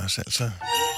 os altså.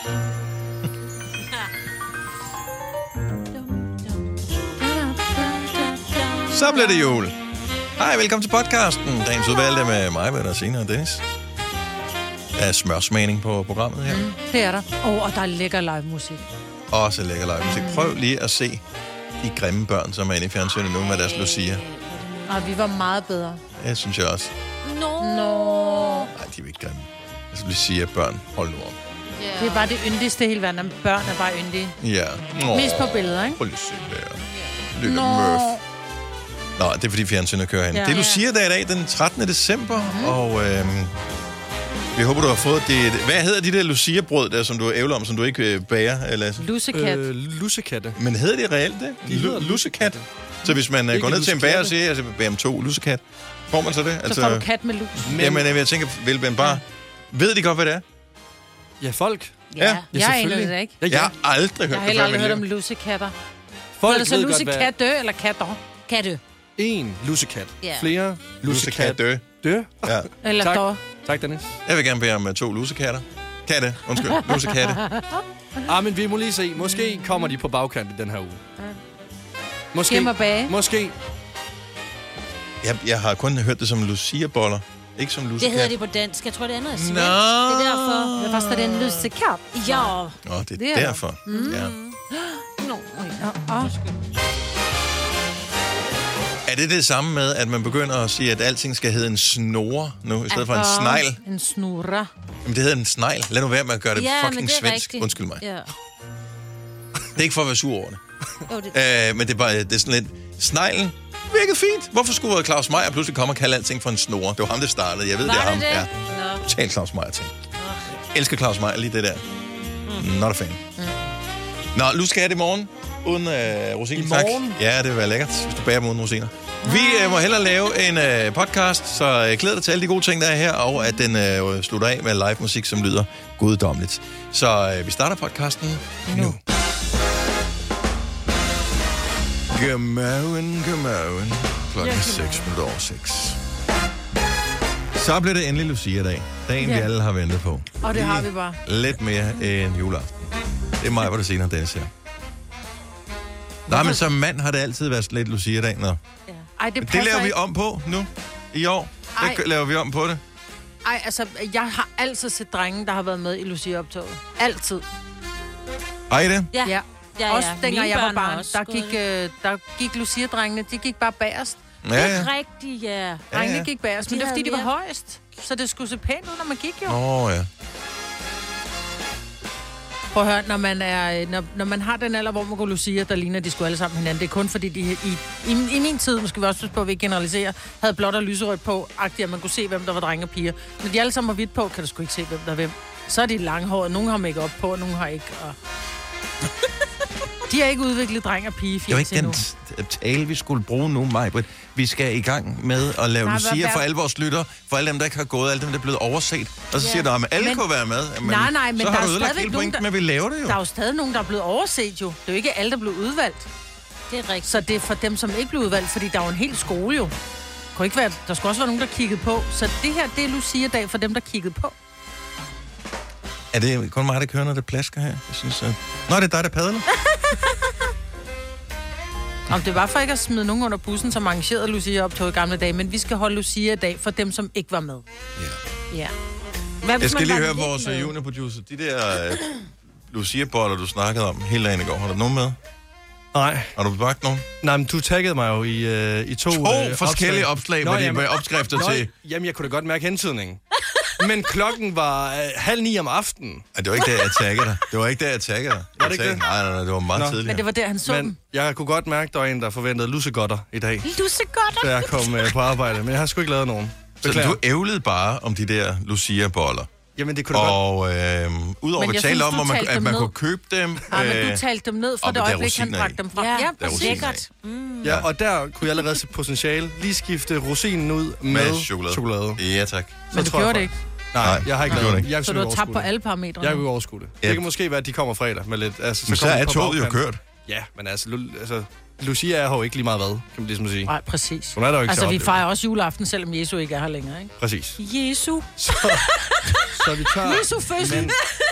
Så bliver det jul. Hej, velkommen til podcasten. Dagens udvalgte med mig, Peter, Signe og Dennis. Der er smørsmagning på programmet her. Det er der. Og der er lækker live musik. Også lækker live musik. Prøv lige at se de grimme børn, som er inde i fjernsynet nu med deres Lucia. Og vi var meget bedre. Det synes jeg også. Nå. Nej, de er ikke grimme. Altså, Lucia børn, hold nu op. Det er bare det yndigste i hele verden. Børn er bare yndige. Ja. Mest på billeder, ikke? Prøv lige at se der. Lykke Murph. Nå, det er fordi fjernsynet kører hen. Ja, det er Lucia-dag i dag, den 13. december, og vi håber, du har fået det. Hvad hedder de der Lucia-brød, der, som du ævler om, som du ikke bager, Lasse? Lussekat. Lussekatte. Men hedder det reelt det? Lussekat? Så hvis man går ned til en bager og siger, jeg vil bage om 2 lussekat, får man så det? Så får du kat med lus. Jamen, jeg tænker, vil man bare... Ved de godt, hvad det er? Ja, folk. Ja. Jeg aner det ikke. Jeg har aldrig hørt Jeg har heller aldrig hørt om lussekatter. Folk er det så ved godt, hvad... lussekatte eller katter? Katte. En lussekat. Yeah. Flere lussekatte. Ja. Eller tak. dog. Tak, Dennis. Jeg vil gerne bede om 2 lussekatter. Lussekatte. Men vi må lige se. Måske kommer de på bagkant i den her uge. Måske. Hjem og bage. Måske. Jeg har kun hørt det som Lucia-boller. Ikke som lussekat. Det hedder det på dansk. Jeg tror, det andet er svensk. Nå. Det er derfor. Det er først, det er en lussekat. Ja. Nå, det er derfor. Ja. Er det samme med, at man begynder at sige, at alting skal hedde en snore nu, i stedet for en snegl? En snurre. Jamen, det hedder en snegl. Lad nu være med at gøre det fucking det svensk. rigtigt. Undskyld mig. Ja. Det er ikke for at være sur over det. Jo, det... Men det er sådan lidt... Sneglen virkede fint. Hvorfor skulle Claus Meyer pludselig komme og kalde alting for en snore? Det var ham, der startede. Jeg ved, det er ham. Det? Ja. Totalt Claus Meyer ting. Elsker Claus Meyer lige det der. Not a fan. Nå, nu skal jeg det i morgen. Uden rosiner, tak. Ja, det vil være lækkert, hvis du bager dem uden rosiner. Vi må hellere lave en podcast, så jeg glæder dig til alle de gode ting, der er her, og at den slutter af med live musik, som lyder guddommeligt. Så vi starter podcasten nu. Godmorgen. Klokken 6:06. Så bliver det endelig Lucia-dag. Dagen, vi alle har ventet på. Og det har vi bare. Lidt mere end juleaften. Det er mig, hvor det senere Dennis her. Nej, men som mand har det altid været lidt Lucia-dag. Nå. Ej, det laver vi om på nu i år. Det laver vi om på det. Ej, altså, jeg har altid set drenge, der har været med i Lucia-optoget. Altid. Ej, det? Ja. Også dengang jeg var barn, der gik Lucia-drengene, de gik bare bagerst. Det er rigtigt, ja. Drengene gik bagerst, men det var fordi, de var højest. Så det skulle se pænt ud, når man gik jo. Ja. Prøv at høre, når man har den alder, hvor man går Lucia, der ligner, de skulle alle sammen hinanden. Det er kun fordi, de i min tid, måske vi også på, at vi ikke generaliserer, havde blåt og lyserødt på, agtigt, at man kunne se, hvem der var drenge og piger. Når de alle sammen var hvidt på, kan du sgu ikke se, hvem der er hvem. Så er de langhåret. Nogle har make-up på, og nogle har ikke. Og... De har ikke udviklet dreng og pige. Det var ikke den tale, vi skulle bruge nu, Maj-Brit. Vi skal i gang med at lave Lucia for alle vores lyttere, for alle dem, der ikke har gået, alle dem, der er blevet overset. Og så siger du, at alle kunne være med. Men nej, men så der har er du ødelagt hele pointen, men vi laver det jo. Der er jo stadig nogen, der er blevet overset jo. Det er jo ikke alle, der er blevet udvalgt. Det er rigtigt. Så det er for dem, som ikke blev udvalgt, fordi der er jo en hel skole jo. Kunne ikke være, der skulle også være nogen, der kiggede på. Så det her, det er Lucia-dag for dem, der kiggede på. Er det kun mig, der kører, når det plasker her? Jeg synes, Nå, det er dig, der padler. Om det var for ikke at smide nogen under bussen, som arrangerede Lucia-optog i gamle dage, men vi skal holde Lucia-dag for dem, som ikke var med. Ja. Jeg skal lige høre vores juniorproducer. De der Lucia-boller, du snakkede om hele dagen i går. Har du nogen med? Nej. Har du bagt nogen? Nej, men du taggede mig jo i to forskellige opslag med opskrifter til. Jamen, jeg kunne da godt mærke hentydningen. Men klokken var 8:30 om aftenen. Det var ikke der, jeg taggede dig. Det var ikke der, jeg taggede dig. Var det ikke det? Nej, det var meget tidligere. Men det var der, han så dem. Jeg kunne godt mærke, der var en, der forventede lussegodter i dag. Lussegodter? Da jeg kom på arbejde, men jeg har sgu ikke lavet nogen. Beklager. Så du ævlede bare om de der Lucia-boller? Jamen, det kunne du godt. Og udover at tale om, at man kunne købe dem... Ja, men du talte dem ned fra det øjeblik, han drak dem fra. Ja, der er sikkert. Ja, og der kunne jeg allerede se potentiale. Lige skifte rosinen ud med chokolade. Ja, tak. Men du gjorde det ikke? Nej, jeg har ikke lavet det. Så du har tabt på alle parametre? Jeg kunne overskue det. Det kan måske være, at de kommer fredag med lidt... Altså, men så er toget jo kørt. Ja, men altså Lucia er jo ikke lige meget hvad, kan man ligesom sige. Nej, præcis. Hun er der jo ikke altså, vi fejrer også juleaften, selvom Jesu ikke er her længere, ikke? Præcis. Jesu. Så vi tager... Jesu fødsel.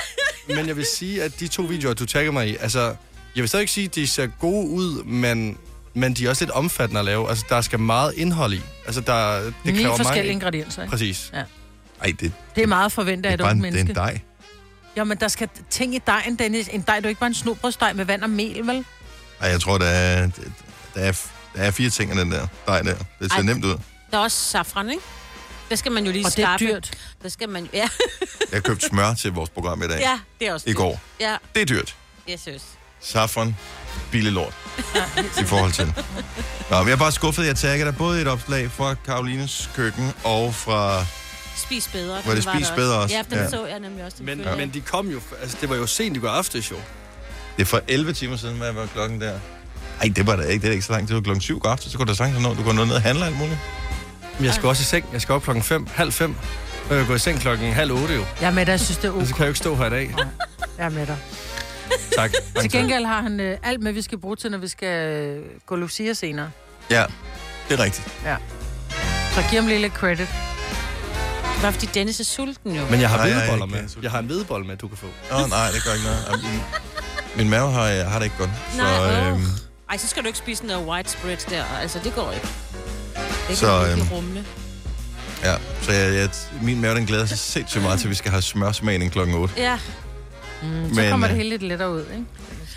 Men jeg vil sige, at de 2 videoer, du tagger mig i, altså, jeg vil stadig ikke sige, at de ser gode ud, men de er også lidt omfattende at lave. Altså, der skal meget indhold i. Altså, det kræver 9 forskellige ingredienser, ikke? Præcis. Ja. Ej, det Det er meget forventet af et ungt menneske. Det er en dej. Jo, men der skal ting i dejen, Dennis. En dej, du er ikke bare en snobrødsdej med vand og mel, vel? Ej, jeg tror, der er 4 ting af den der dej der. Det ser nemt ud. Der er også safran, ikke? Det skal man jo lige og skaffe. Og det er dyrt. Det skal man jo, ja. Jeg købte smør til vores program i dag. Ja, det er også i går. Ja. Det er dyrt. Jeg synes. Safran, billig lort. I forhold til. Nå, men jeg er bare skuffet. Jeg tagger der både et opslag fra Karolines køkken og fra... Spis bedre. Var det Spis bedre også? Ja, den så jeg nemlig også. Men de kom jo... Altså, det var jo sent i går aftes, jo. Det er for 11 timer siden, hvad var klokken der? Ej, det var da ikke. Det er ikke så langt. Det var klokken 7 går aften, så kunne der sagtens nå. Du går ned og handle alt muligt. Men jeg skal også i seng. Jeg skal op klokken 5:30. Og jeg går i seng klokken 7:30 jo. Jeg er med dig, jeg synes, det er okay. Så kan jeg jo ikke stå her i dag. Jeg er med dig. Tak. Til gengæld har han alt med, vi skal bruge til, når vi skal gå Lucia senere. Ja, det er rigtigt. Ja. Så giv ham lige lidt credit. Det var fordi Dennis er sulten jo. Men jeg har hvedeboller med. Jeg har en hvedebolle med, du kan få. Nej, det gør ikke noget. Min mave har det ikke godt. Nej, ej, så skal du ikke spise noget white spread der. Altså, det går ikke. Det kan ikke rumle. Ja, så min mave, den glæder sig sindssygt meget til, at vi skal have smørsmagning klokken 8. Ja. Så kommer det hele lidt lettere ud, ikke?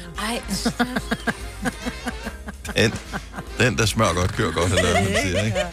Ej. Den, der smør godt, kører godt, eller hvad man siger, ikke?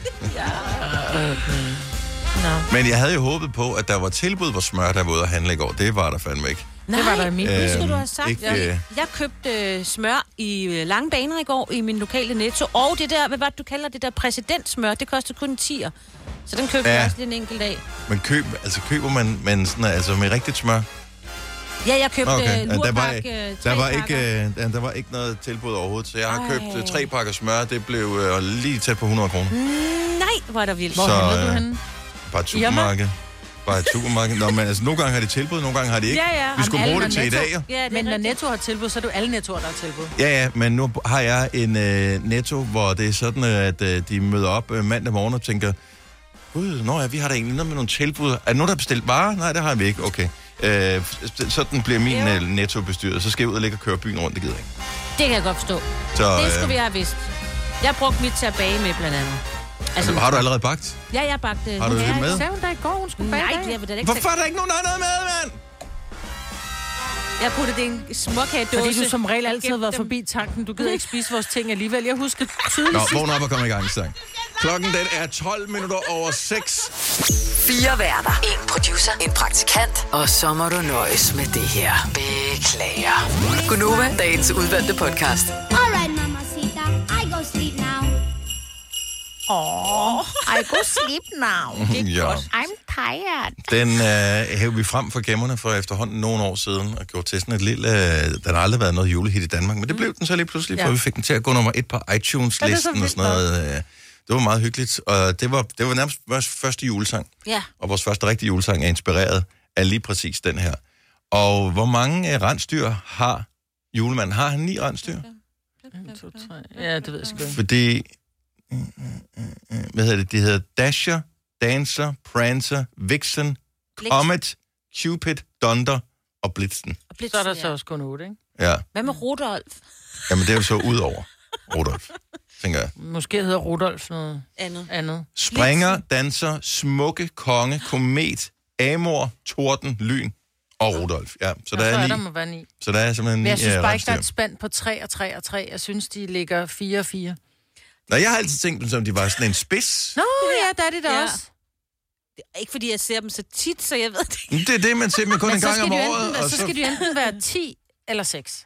Men jeg havde jo håbet på, at der var tilbud på smør, der var ude at handle i går. Det var der fandme ikke. Nej, det var der i min. Det skulle du have sagt. Ikke, jeg købte smør i lange baner i går i min lokale Netto. Og det der, hvad du kalder det der præsidentsmør, det kostede kun 10'er. Så den købte jeg også lige en enkelt dag. Men køber man sådan, altså med rigtigt smør? Ja, jeg købte lurpak. Der var ikke noget tilbud overhovedet, så jeg har købt 3 pakker smør. Det blev lige tæt på 100 kroner. Nej, hvor er der vildt. Hvor handler du henne? Bare et supermarked. Bare et supermarked. Nå, men altså, nogle gange har de tilbud, nogle gange har de ikke. Ja. Vi skulle bruge det til i dag. Ja, men når Netto har tilbud, så er det jo alle Nettoer, der har tilbud. Ja, men nu har jeg en Netto, hvor det er sådan, at de møder op mandag morgen og tænker, gud, vi har da egentlig noget med nogle tilbud. Er der nogen, der har bestilt varer? Nej, det har vi ikke. Okay. Sådan bliver min Netto bestyret. Så skal jeg ud og ligge og køre byen rundt, det gider jeg ikke. Det kan jeg godt forstå. Så, det skulle vi have vidst. Jeg brugte mit til at bage med, blandt andet. Altså, har du allerede bagt? Ja, jeg bagte. Har du det med? Sagde hun da i går, hun skulle bage det? Hvorfor er der ikke nogen, der har noget med, mand? Jeg puttede det i en småkagedåse. Fordi du som regel altid har været forbi tanken. Du gider ikke spise vores ting alligevel. Jeg husker tydeligt. Nå, vågn op og kom i gang, sang. Klokken den er 12 minutter over 6. 4 værter. 1 producer. 1 praktikant. Og så må du nøjes med det her. Beklager. Gunova, dagens udvalgte podcast. Alright, mamacita. I go sleep now. I go sleep now. Ja. I'm tired. Den hævde vi frem fra gemmerne for efterhånden nogle år siden, og gjorde til sådan et lille... den har aldrig været noget julehit i Danmark, men det blev den så lige pludselig, for vi fik den til at gå nummer 1 på iTunes-listen og sådan noget. Det var meget hyggeligt, og det var nærmest vores første julesang. Ja. Og vores første rigtige julesang er inspireret af lige præcis den her. Og hvor mange rensdyr har julemanden? Har han 9 rensdyr? 1, 2, 3. Ja, det ved jeg sgu ikke. Fordi... hvad hedder det? De hedder Dasher, Dancer, Prancer, Vixen, Comet, Cupid, Dunder og Blitzen. Så er der så også kun 8, ikke? Ja. Hvad med Rudolf? Jamen, det er jo så ud over Rudolf, tænker jeg. Måske hedder Rudolf noget andet. Springer, danser, smukke, konge, komet, amor, torden, lyn og Rudolf. Ja, så der er 9. Der må være 9. Så der er simpelthen 9 Men jeg synes bare ikke, der er rensdyr. et spand på 3 og 3 og 3. Jeg synes, de ligger 4 og 4. Nå, jeg har altid tænkt dem, som de var sådan en spids. Nå, ja, der er det da også. Det er ikke fordi, jeg ser dem så tit, så jeg ved det ikke. Det er det, man ser dem kun en gang om året. Og så skal de enten være 10 eller 6.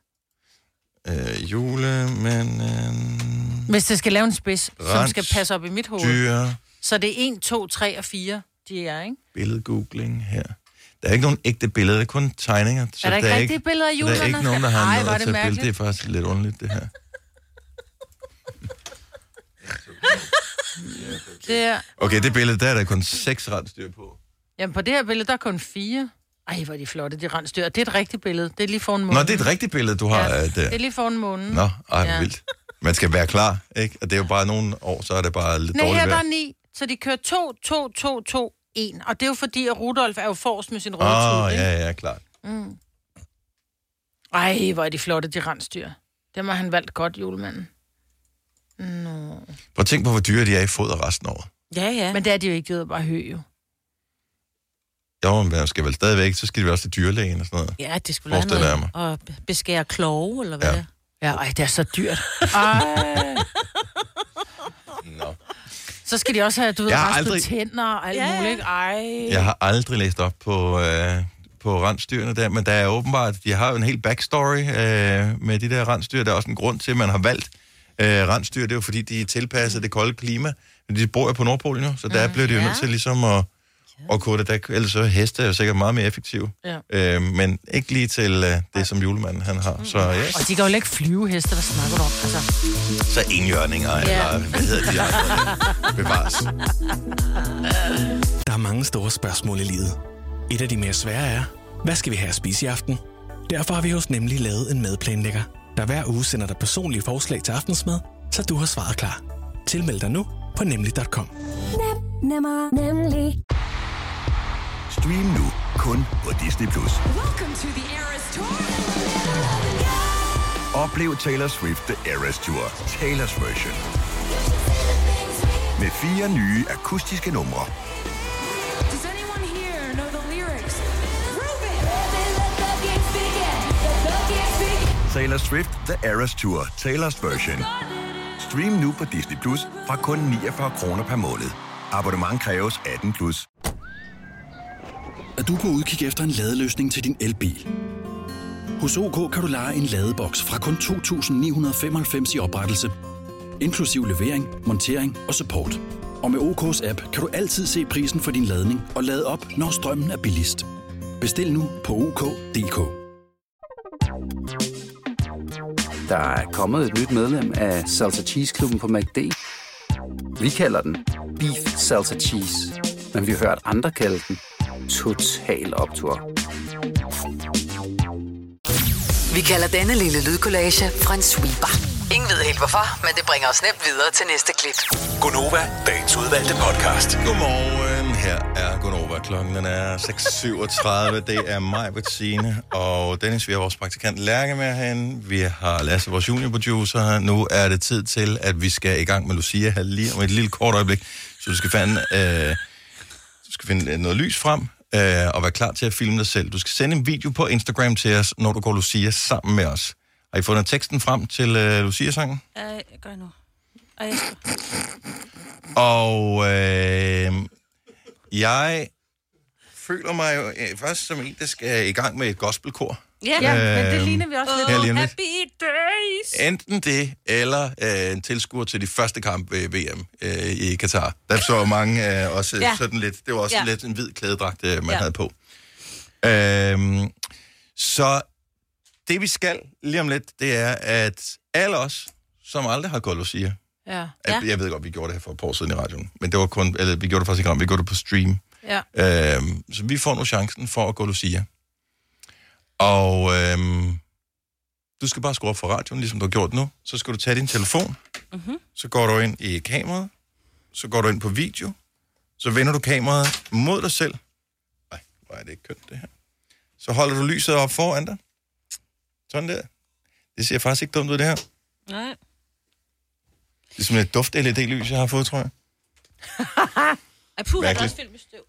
Julemanden... Hvis det skal lave en spids, som skal passe op i mit hoved. Dyr. Så det er 1, 2, 3 og 4, de er, ikke? Billedgoogling her. Der er ikke nogen ægte billeder, det er kun tegninger. Så er der ikke rigtige billeder af julemanden? Der er ikke nogen, der har Ej, noget var at det tage billede. mærkeligt. Det er faktisk lidt underligt, det her. Okay, det billede, der er der kun 6 rensdyr på. Jamen, på det her billede, der er kun 4. Ej, hvor er de flotte, de rensdyr. Det er et rigtigt billede. Det er lige foran månen. Nå, det er et rigtigt billede, du har der. Det er lige foran månen. Nå, vildt. Man skal være klar, ikke? Og det er jo bare nogle år, så er det bare lidt dårligt vejr. Nej, her der er 9. Så de kører 2, 2, 2, 2, 1. Og det er jo fordi, at Rudolf er jo forrest med sin røde tud, ikke? Ja, klart. Ej, hvor er de flotte, de rensdyr. Dem har han valgt godt, julemanden. Nå. Prøv at tænke på, hvor dyre de er i foder resten af året. Ja. Men det er de jo ikke, de er bare hø, jo. Jo, men man skal vel stadigvæk, så skal de vel også til dyrlægen og sådan noget. Ja, det skulle være noget. Og beskære kloge, eller hvad det er. Ja, ej, det er så dyrt. Ej. Nå. Så skal de også have, du ved, renstet tænder og alt muligt, ikke? Ej. Jeg har aldrig læst op på rensdyrene der, men der er åbenbart, de har jo en hel backstory med de der rensdyr. Der er også en grund til, at man har valgt rensdyr. Det er jo fordi, de er tilpasset det kolde klima. De bor jo på Nordpolen jo, så der bliver de jo nødt til ligesom at kunne det. Ellers så heste er jo sikkert meget mere effektive. Ja. Men ikke lige til det, som julemanden han har. Så, ja. Og de kan jo ikke flyve, heste, hvad snakker du om? Altså. Så enhjørninger, eller hvad hedder de andre? Bevares. Der er mange store spørgsmål i livet. Et af de mere svære er, hvad skal vi have at spise i aften? Derfor har vi hos Nemlig lavet en madplanlægger, der hver uge sender dig personlige forslag til aftensmad, så du har svaret klar. Tilmeld dig nu på nemlig.com. Nemlig. Stream nu kun på Disney+. Oplev Taylor Swift The Eras Tour, Taylor's version. Med 4 nye akustiske numre. Taylor Swift The Eras Tour, Taylor's version. Stream nu på Disney+ fra kun 49 kroner per måned. Abonnement kræves 18+. Er du på udkig efter en ladeløsning til din elbil? Hos OK kan du leje en ladeboks fra kun 2.995 i oprettelse, inklusiv levering, montering og support. Og med OK's app kan du altid se prisen for din ladning og lade op, når strømmen er billigst. Bestil nu på OK.dk. Der er kommet et nyt medlem af Salsa Cheese Klubben på McD. Vi kalder den Beef Salsa Cheese, men vi har hørt andre kalde den Total Optur. Vi kalder denne lille lydkollage en sweeper. Ingen ved helt hvorfor, men det bringer os nemt videre til næste klip. Gonova, dagens udvalgte podcast. Godmorgen, her er Gonova. Klokken er 6.37. Det er mig, Bettine, og Dennis, vi har vores praktikant Lærke med herinde. Vi har Lasse, vores juniorproducer her. Nu er det tid til, at vi skal i gang med Lucia her lige om et lille kort øjeblik. Så du skal finde noget lys frem og være klar til at filme dig selv. Du skal sende en video på Instagram til os, når du går Lucia sammen med os. Har I fundet teksten frem til Lucia-sangen? Jeg gør nu. Og jeg føler mig jo først som en, der skal i gang med et gospelkor. Ja, men det ligner vi også lidt. Happy days! Enten det, eller en tilskuer til de første kamp ved VM i Katar. Der så mange også sådan lidt, det var også lidt en hvid klædedragt, man havde på. Så det vi skal lige om lidt, det er, at alle os, som aldrig har gået Lucia, jeg ved godt, vi gjorde det her for et par år siden i radioen, men det var kun, eller vi gjorde det faktisk ikke, vi gjorde det på stream. Ja. Så vi får nu chancen for at gå Lucia. Og du skal bare skrue op for radioen, ligesom du har gjort nu. Så skal du tage din telefon, så går du ind i kameraet, så går du ind på video, så vender du kameraet mod dig selv. Nej, hvor er det ikke kønt det her. Så holder du lyset op foran dig. Sådan der. Det ser faktisk ikke dumt ud, det her. Nej. Det er simpelthen et duft-LED-lys, jeg har fået, tror jeg. Puh, har også filmet støv.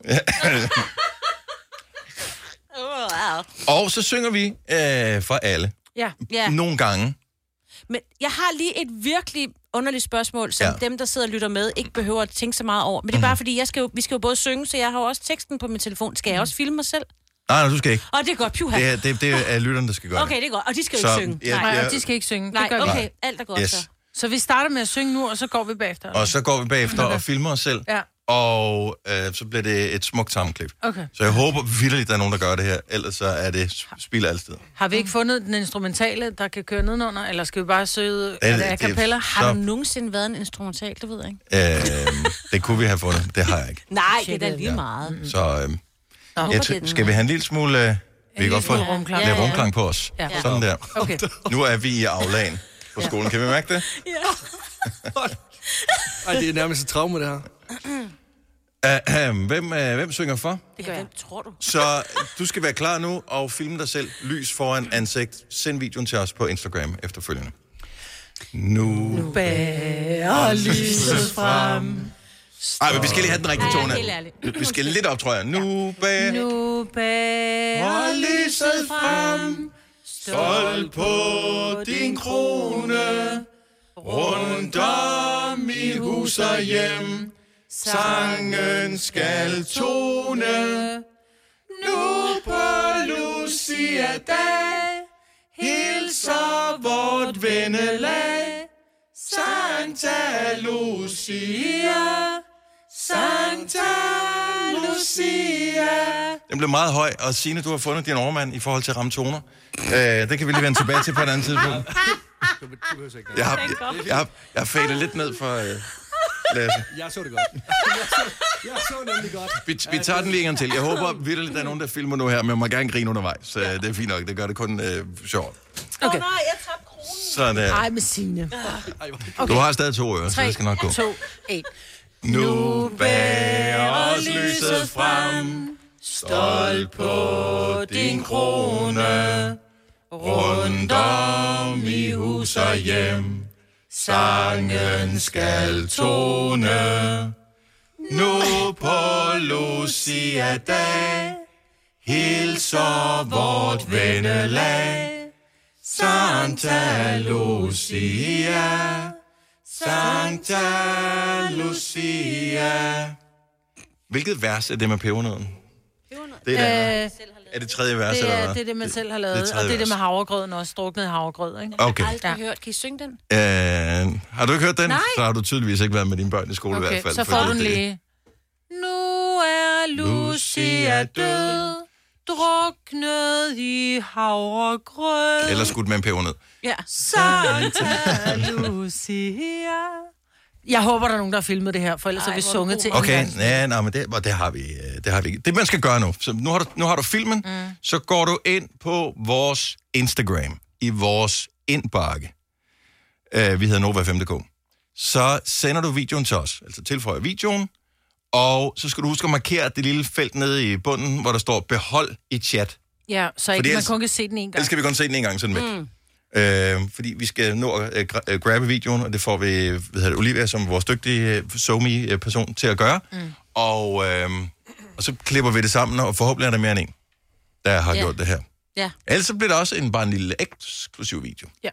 Og så synger vi for alle. Ja. Nogle gange. Men jeg har lige et virkelig underligt spørgsmål, som dem, der sidder og lytter med, ikke behøver at tænke så meget over. Men det er bare fordi, vi skal jo både synge, så jeg har jo også teksten på min telefon. Skal jeg også filme mig selv? Nej, du skal ikke. Det er godt, puha. Det er lytterne, der skal gøre det. Okay, det er godt. Og de skal jo ikke synge. Nej, de skal ikke synge. Nej, det gør okay, alt er godt så. Så vi starter med at synge nu, og så går vi bagefter. Og så går vi bagefter og filmer os selv. Ja. Og så bliver det et smukt sammenklip. Okay. Så jeg håber vitterligt, der er nogen, der gør det her. Ellers så er det spil altid. Har vi ikke fundet den instrumentale, der kan køre nedenunder? Eller skal vi bare søge a cappella? Har du nogensinde været en instrumental? Det ved jeg ikke. Det kunne vi have fundet. Det har jeg ikke. Nej, det er da lige meget. Så skal vi have en lille smule... vi kan godt få lidt rumklang på os. Ja. Sådan der. Okay. Nu er vi i aflagen på skolen. Kan vi mærke det? Ja. Ej, det er nærmest et traume, det her. Hvem synger for? Det gør jeg. Tror du? Så du skal være klar nu og filme dig selv lys foran ansigt. Send videoen til os på Instagram efterfølgende. Nu bærer lyset frem. Ej, men vi skal lige have den rigtige tone. Vi skal lidt op, tror jeg. Nu bærer lyset frem. Stolt på din krone. Rundt om i hus og hjem. Sangen skal tone. Nu på Lucia-dag. Hilser vort vennelag. Santa Lucia. Santa Lucia. Den blev meget høj, og Signe, du har fundet din overmand i forhold til at ramme toner. Det kan vi lige vende tilbage til på et andet tidspunkt. Jeg har fadet lidt ned for Lasse. Jeg så det godt. Jeg så nemlig godt. Vi tager den lige en gang til. Jeg håber virkelig, at der er nogen, der filmer nu her, men man må gerne grine undervejs. Så det er fint nok. Det gør det kun sjovt. Okay. Nej, jeg tabte kronen. Sådan der. Ej, med Signe. Okay. Du har stadig 2 ører, så det skal nok gå. 3, 2, 1. Nu bærer lyset frem. Stolt på din krone. Rundt om i hus og hjem. Sangen skal tone. Nu på Lucia-dag. Hilser vort vennelag. Santa Lucia. Santa Lucia. Hvilket vers er det med pebernøden? Det er det tredje vers, eller hvad? Det er det, man selv har lavet. Og det er det med havregrøden også. Druknet havregrød, ikke? Okay. Jeg har aldrig hørt. Kan I synge den? Har du ikke hørt den? Nej. Så har du tydeligvis ikke været med dine børn i skole i hvert fald. Så får du den lige. Nu er Lucia død, druknet i havregrød. Eller skudt med en pebernød. Ja. Santa Lucia. Jeg håber, der er nogen, der har filmet det her, for ellers har vi sunget til okay, men det har vi ikke. Det, man skal gøre nu, så nu har du filmen, så går du ind på vores Instagram, i vores indbakke. Vi hedder Nova5.dk. Så sender du videoen til os, altså tilføjer videoen, og så skal du huske at markere det lille felt nede i bunden, hvor der står behold i chat. Ja, så ikke man kun kan se den en gang. Ellers skal vi kun se den en gang, så den væk. Fordi vi skal nå at grabbe videoen, og det får vi Olivia som vores dygtige SoMe-person til at gøre. Og så klipper vi det sammen, og forhåbentlig er der mere end en, der har gjort det her. Ja. Ellers så bliver det også bare en lille eksklusiv video. Ja.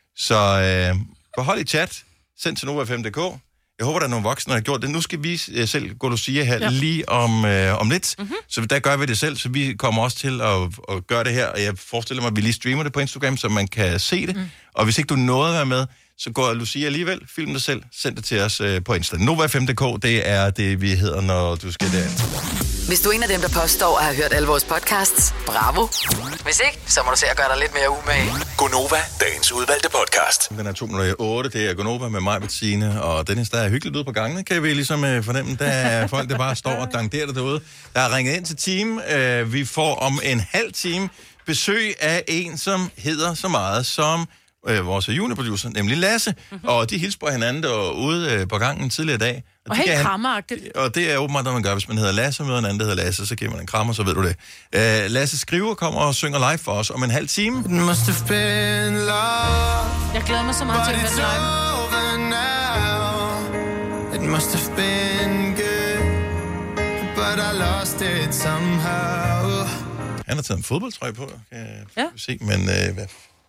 Så behold i chat, send til Nova5.dk. Jeg håber, der er nogle voksne, der har gjort det. Nu skal vi selv gå og sige her lige om lidt. Så der gør vi det selv, så vi kommer også til at gøre det her. Og jeg forestiller mig, at vi lige streamer det på Instagram, så man kan se det. Og hvis ikke du nåede at være med, så går Lucia alligevel, film dig selv, send det til os på Insta. Nova5.dk, det er det, vi hedder, når du skal derind. Hvis du er en af dem, der påstår at have hørt alle vores podcasts, bravo. Hvis ikke, så må du se at gøre dig lidt mere umage. Gonova, dagens udvalgte podcast. Den er 2:08, det er Gonova med mig, Bettine, og Dennis, der er hyggeligt ude på gangene, kan vi ligesom fornemme. Der er folk, der bare står og danderer derude. Der er ringet ind til team. Vi får om en halv time besøg af en, som hedder så meget som vores juniorproducer, nemlig Lasse. Og de hilser på hinanden derude på gangen tidligere i dag. Og helt krammeragtigt. Og det er åbenbart, når man gør, hvis man hedder Lasse, og møder en anden, der hedder Lasse, så giver man en krammer, så ved du det. Lasse skriver, kommer og synger live for os om en halv time. Jeg glæder mig så meget til at høre live. It must have been good, but I lost it somehow. Han har taget en fodboldtrøje på, kan jeg se, men hvad?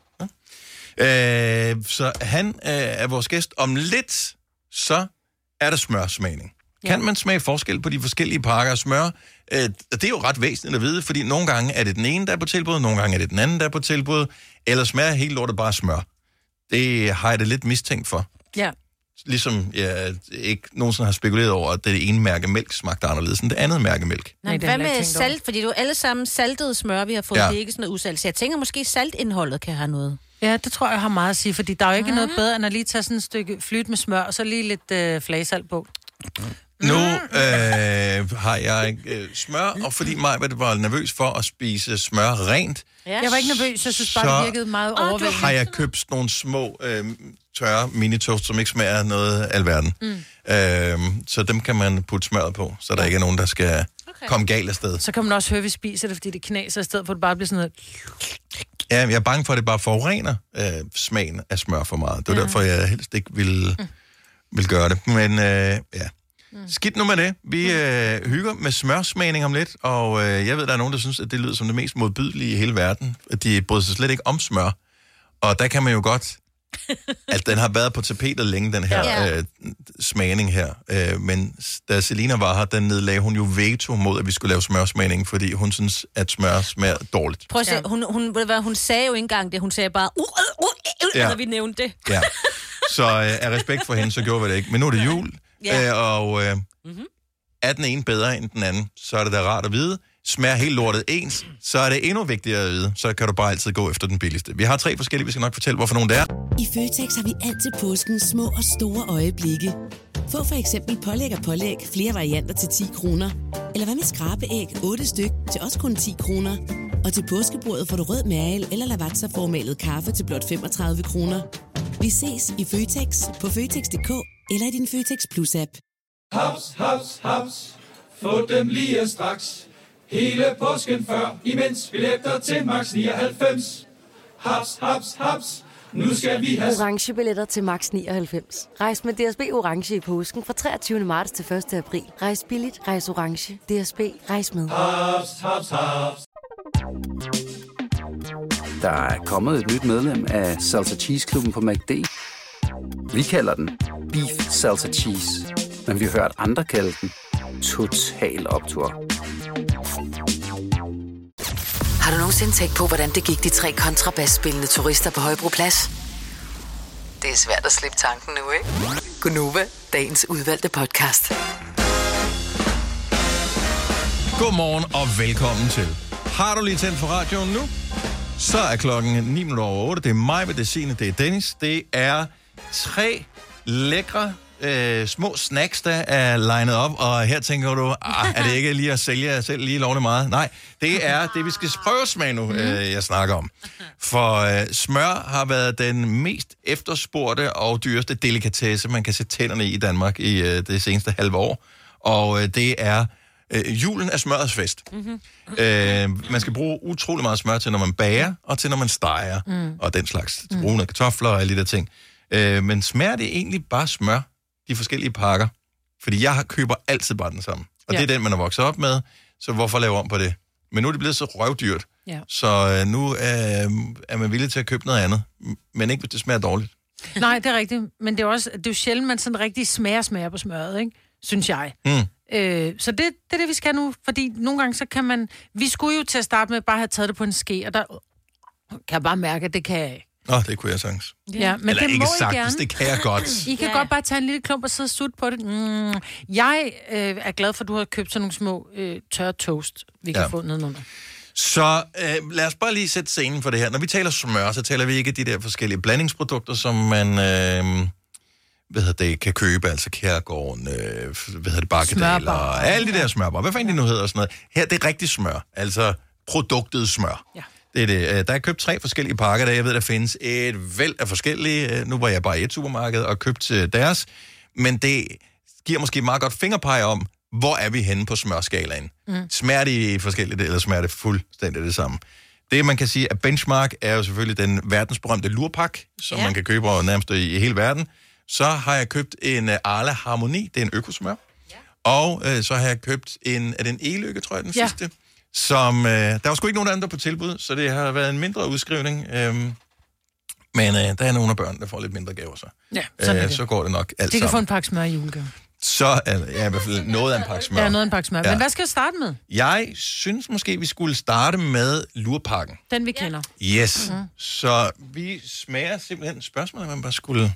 Så han er vores gæst. Om lidt, så er der smørsmagning. Kan man smage forskel på de forskellige pakker af smør? Det er jo ret væsentligt at vide, fordi nogle gange er det den ene, der er på tilbud, nogle gange er det den anden, der er på tilbud, eller smager helt lortet bare smør. Det har jeg det lidt mistænkt for. Ja. Ligesom jeg ikke nogensinde har spekuleret over, at det ene mærke mælk smagte anderledes end det andet mærke mælk. Nej, hvad med salt? Fordi det er jo alle sammen saltede smør, vi har fået. Det er ikke sådan noget usalt. Så jeg tænker, måske saltindholdet kan have noget. Ja, det tror jeg har meget at sige, fordi der er jo ikke noget bedre, end at lige tage sådan et stykke flyt med smør, og så lige lidt flagesalt på. Nu har jeg smør, og fordi mig var nervøs for at spise smør rent. Ja. Jeg var ikke nervøs, jeg synes bare, det virkede meget overvældende. Har jeg købt nogle små tørre mini-toast, som ikke smager af noget alverden. Så dem kan man putte smøret på, så der ikke er nogen, der skal komme galt afsted. Så kan man også høre, at vi spiser det, fordi det knaser, i stedet for at det bare bliver sådan noget... Ja, jeg er bange for, at det bare forurener smagen af smør for meget. Det er derfor, jeg helst ikke vil gøre det. Men ja, skidt nu med det. Vi hygger med smørsmagning om lidt, og jeg ved, der er nogen, der synes, at det lyder som det mest modbydelige i hele verden. At de bryder sig slet ikke om smør. Og der kan man jo godt... at den har været på tapetet længe, den her smagning her. Men da Selina var her, den nedlagde hun jo veto mod, at vi skulle lave smørsmagning, fordi hun synes, at smør smager dårligt. Prøv at se, hun sagde jo ikke engang det. Hun sagde bare, når vi nævnte det. Ja. Så af respekt for hende, så gjorde vi det ikke. Men nu er det jul, og er den ene bedre end den anden, så er det da rart at vide. Smager helt lortet ens, så er det endnu vigtigere at vide. Så kan du bare altid gå efter den billigste. Vi har 3 forskellige, vi skal nok fortælle, hvorfor nogen det er. I Føtex har vi altid påskens små og store øjeblikke. Få for eksempel pålæg flere varianter til 10 kroner. Eller hvad med skrabeæg 8 styk til også kun 10 kroner. Og til påskebordet får du rød mal eller lavatserformalet kaffe til blot 35 kroner. Vi ses i Føtex på Føtex.dk eller i din Føtex Plus-app. Haps, haps, haps. Få dem lige straks. Hele påsken før, imens billetter til max 99. Haps, haps, haps. Nu skal vi have orange billetter til max 99. Rejs med DSB orange i påsken fra 23. marts til 1. april. Rejs billigt, rejs orange. DSB, rejs med. Haps, haps, haps. Der er kommet et nyt medlem af Salsa Cheese Klubben på McD. Vi kalder den Beef Salsa Cheese, men vi har hørt andre kalde den Total Optur. Har du nogensinde tænkt på, hvordan det gik de 3 kontrabasspillende turister på Højbroplads? Det er svært at slippe tanken nu, ikke? Gunova, dagens udvalgte podcast. Godmorgen og velkommen til. Har du lige tændt for radioen nu? Så er klokken 9:08. Det er mig, det er Signe, det er Dennis. Det er 3 lækre små snacks, der er linet op, og her tænker du, er det ikke lige at sælge jer selv lige lovende meget? Nej, det er det, vi skal prøve smage nu, jeg snakker om. For smør har været den mest efterspurgte og dyreste delikatesse, man kan sætte tænderne i Danmark i det seneste halve år. Og det er julen er smørets fest. Man skal bruge utrolig meget smør til, når man bager, og til, når man steger, og den slags. Brune kartofler og alle de der ting. Men smager det egentlig bare smør? De forskellige pakker. Fordi jeg køber altid bare den samme. Og det er den, man er vokset op med. Så hvorfor lave om på det? Men nu er det blevet så røvdyrt. Ja. Så nu er man villig til at købe noget andet. Men ikke, hvis det smager dårligt. Nej, det er rigtigt. Men det er jo sjældent, man sådan rigtig smager på smøret, ikke? Synes jeg. Så det er det, vi skal nu. Fordi nogle gange, så kan man... Vi skulle jo til at starte med bare have taget det på en ske, og der kan jeg bare mærke, at det kan jeg ikke. Det kunne jeg sagtens. Ja, men eller det ikke må sagtens, det kan jeg godt. I kan godt bare tage en lille klump og sidde og sutte på det. Jeg er glad for, at du har købt sådan nogle små tørre toast, vi kan få nedenunder. Så lad os bare lige sætte scenen for det her. Når vi taler smør, så taler vi ikke de der forskellige blandingsprodukter, som man kan købe, altså Kærgården, Bakkedal og alle de der smørbar. Hvad fanden de nu hedder og sådan noget. Her, det er rigtig smør, altså produktet smør. Ja. Det er det. Der er købt 3 forskellige pakker, der jeg ved, der findes et væld af forskellige. Nu var jeg bare i et supermarked og købte deres. Men det giver måske meget godt fingerpege om, hvor er vi henne på smørskalaen. Smager det forskelligt, eller smager det fuldstændig det samme? Det, man kan sige, at benchmark er jo selvfølgelig den verdensberømte lurpak, som man kan købe nærmest i hele verden. Så har jeg købt en Arla Harmoni, det er en økosmør. Ja. Og så har jeg købt en e-lykke, tror jeg, den sidste. Som, der var sgu ikke nogen andre på tilbud, så det har været en mindre udskrivning. Men der er nogle af børn, der får lidt mindre gaver, så. Ja, så går det nok alt sammen. De kan få en pakke smør i julegave. Så i hvert fald noget af en pakke smør. Ja, noget af en pakke smør. Ja. Men hvad skal jeg starte med? Jeg synes måske, vi skulle starte med lurpakken. Den vi kender. Yes. Så vi smager simpelthen spørgsmålet, man bare skulle...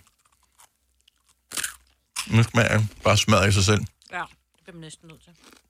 Nu smager bare smør i sig selv. Ja, det bliver man næsten nødt til.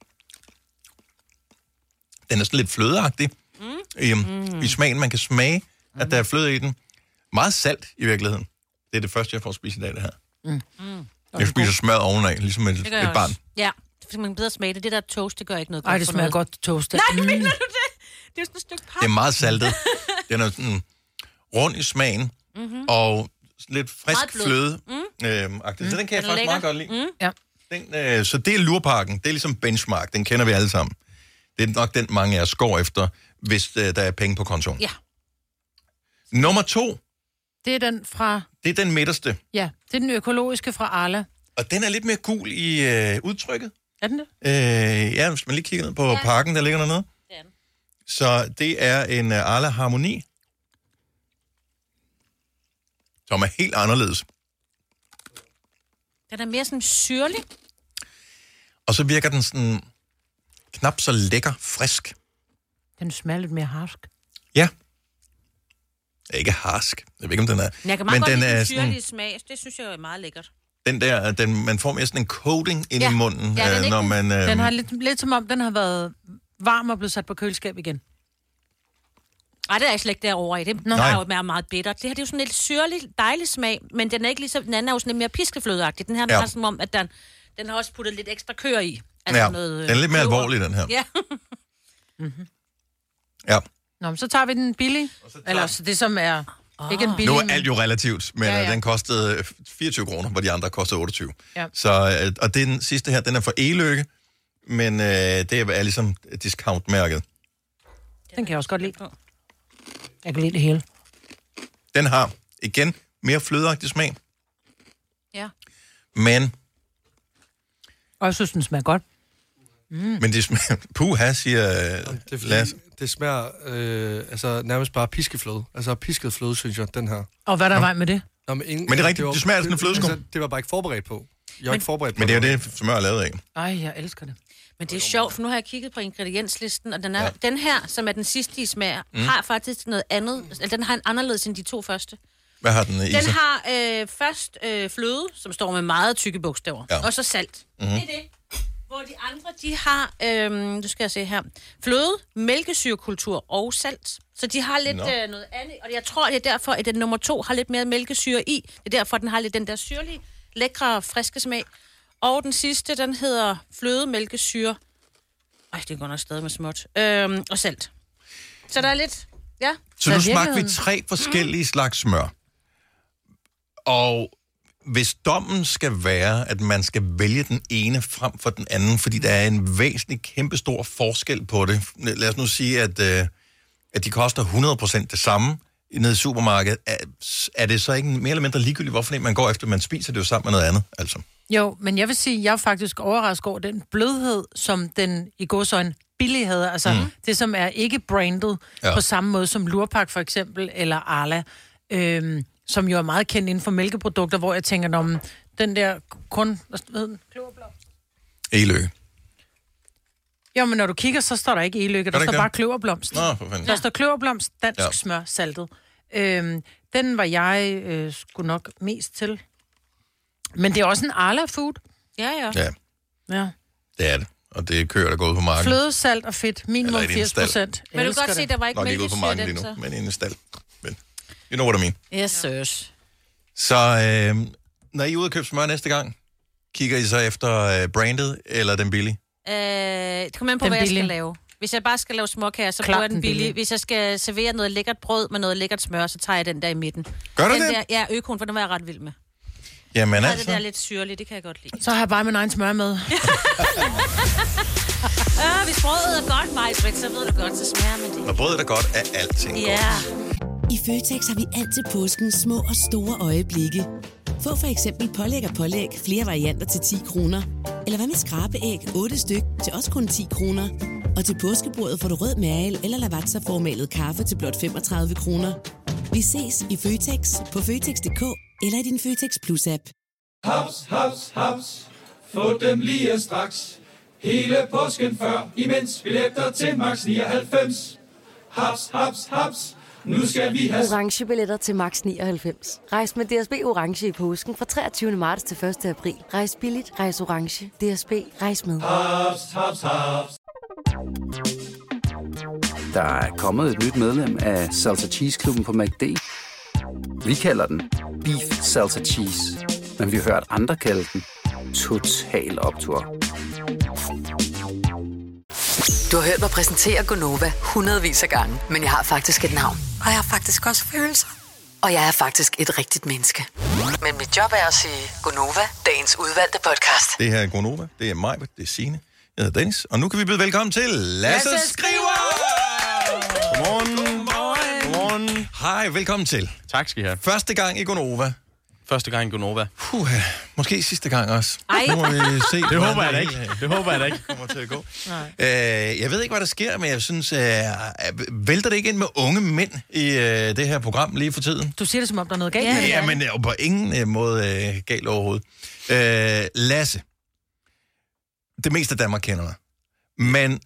Den er sådan lidt flødeagtig i smagen. Man kan smage, at der er fløde i den. Meget salt i virkeligheden. Det er det første, jeg får spist i dag, det her. Jeg spiser smør ovenad, ligesom et barn. Ja, fik man bedre smag. Det der toast, det gør ikke noget godt. Ej, det smager godt toast. Nej, mener du det? Det er sådan et stykke pap. Det er meget saltet. Den er sådan rund i smagen, og lidt frisk fløde. Så den kan jeg faktisk meget godt lide. Ja. Så det er lurpakken. Det er ligesom benchmark. Den kender vi alle sammen. Det er nok den, mange af os går efter, hvis der er penge på kontoen. Ja. Nummer 2. Det er den fra... Det er den midterste. Ja, det er den økologiske fra Arla. Og den er lidt mere gul i udtrykket. Er den det? Ja, hvis man lige kigger ned på pakken, der ligger dernede. Det er den. Så det er en Arla Harmoni, som er helt anderledes. Den er mere sådan syrlig. Og så virker den sådan knap så lækker, frisk. Den smager lidt mere harsk. Ja. Ikke harsk. Jeg ved ikke, om den er... Jeg kan meget godt lide den syrlige smag. Det synes jeg er meget lækkert. Den der, man får mere sådan en coating ind i munden, når man... Den har lidt som om, den har været varm og blevet sat på køleskab igen. Nej, det er slet ikke derovre i det. Den er jo meget bitter. Det her det er jo sådan lidt syrlig, dejlig smag, men den er ikke ligesom... Den anden er jo sådan lidt mere piskeflødeagtig. Den her er som om, at den har også puttet lidt ekstra køer i. Altså noget, den er lidt mere alvorlig, den her. Ja. Ja. Nå, men så tager vi den billige. Eller så det, som er... Ikke en billig, nu er alt jo relativt, men den kostede 24 kroner, hvor de andre kostede 28. Ja. Så, og den sidste her, den er for E-Lykke, men det er ligesom discount-mærket. Den kan jeg også godt lide. Jeg kan lide det hele. Den har, igen, mere flødeagtig smag. Ja. Men... Og jeg synes, den smager godt. Men det smager... Puha, siger Lasse. Det smager altså nærmest bare piskefløde. Altså pisket fløde, synes jeg, den her. Og hvad er der vej med det? Nå, men det er rigtigt, det smager sådan en flødeskum. Altså, det var bare ikke forberedt på. Jeg var ikke forberedt på men det er jo det, smør er lavet af. Ej, jeg elsker det. Men det er sjovt, for nu har jeg kigget på ingredienslisten, og den her, som er den sidste i smag, har faktisk noget andet. Altså, den har en anderledes end de 2 første. Hvad har den i sig? Den har først fløde, som står med meget tykke bogstaver, og så salt. Det er det. Hvor de andre, de har, nu skal jeg se her, fløde, mælkesyrekultur og salt. Så de har lidt noget andet, og jeg tror, det er derfor, at den nummer 2 har lidt mere mælkesyre i. Det er derfor, den har lidt den der syrlige, lækre, friske smag. Og den sidste, den hedder fløde, mælkesyre. Ej, det går nok stadig med småt. Og salt. Så der er lidt, Så nu smagte vi 3 forskellige slags smør. Og hvis dommen skal være, at man skal vælge den ene frem for den anden, fordi der er en væsentlig kæmpestor forskel på det. Lad os nu sige, at de koster 100% det samme nede i supermarkedet. Er det så ikke mere eller mindre ligegyldigt, hvorfor man går efter, man spiser det jo sammen med noget andet, altså? Jo, men jeg vil sige, at jeg er faktisk overrasket over den blødhed, som den i gåseøjne billige havde. Altså det, som er ikke branded på samme måde som Lurpak for eksempel, eller Arla, som jo er meget kendt inden for mælkeprodukter, hvor jeg tænker, om den der hvad hedder den? Kløverblomst? E-Lykke. Jo, men når du kigger, så står der ikke E-Lykke, der står bare kløverblomst. Nå, for fanden. Der står kløverblomst, dansk smør, saltet. Den var jeg sgu nok mest til. Men det er også en Arla-food. Ja. Ja, det er det. Og det er køer, der går ud på marken. Fløde, salt og fedt. Minimum 80%. Men du kan godt se, der var ikke mælkesyre på marken lige nu, men i en stald. Men you know what I mean. Yes, sirs. Så når I er ude og købe smør næste gang, kigger I så efter brandet eller den billige? Det kommer an på, hvad jeg skal lave. Hvis jeg bare skal lave småkager, så bruger jeg den billige. Hvis jeg skal servere noget lækkert brød med noget lækkert smør, så tager jeg den der i midten. Gør du den det? Der, ja, økoen, for den var jeg ret vild med. Jamen altså. Det der lidt syrligt, det kan jeg godt lide. Så har jeg bare min egen smør med. Hvis brødet er godt, Majbrit, så ved du godt, så smager man det. Når brødet er godt, er alting godt. I Føtex har vi altid påsken små og store øjeblikke. Få for eksempel pålæg flere varianter til 10 kroner. Eller hvad med skrabeæg 8 styk til også kun 10 kroner. Og til påskebordet får du rød mal eller lavatserformalet kaffe til blot 35 kroner. Vi ses i Føtex på Føtex.dk eller i din Føtex Plus-app. Haps, haps, haps. Få dem lige straks. Hele påsken før, imens billetter til max 99. Haps, haps, haps. Nu skal vi have orange billetter til max 99. Rejs med DSB orange i påsken fra 23. marts til 1. april. Rejs billigt, rejs orange. DSB, rejs med. haps, haps, haps. Der er kommet et nyt medlem af Salsa Cheese Klubben på McD. Vi kalder den Beef Salsa Cheese, men vi har hørt andre kalde den Total Optur. Du har hørt mig præsentere Gonova hundredvis af gange, men jeg har faktisk et navn. Og jeg har faktisk også følelser. Og jeg er faktisk et rigtigt menneske. Men mit job er at sige Gonova, dagens udvalgte podcast. Det her er Gonova, det er mig, det er Signe, jeg hedder Dennis, og nu kan vi byde velkommen til Lasse Skriver! Godmorgen. Godmorgen. Hej, velkommen til. Tak skal I have. Første gang i Gonova. Første gang i Gonova. Måske sidste gang også. Ej. Nu må vi se. Det håber jeg da ikke. Det håber jeg da ikke. Kommer til at gå. Jeg ved ikke, hvad der sker, men jeg synes, vælter det ikke ind med unge mænd i det her program lige for tiden? Du siger det, som om der er noget galt med det. Ja, men det er jo på ingen måde galt overhovedet. Lasse. Det meste af Danmark kender dig. Men,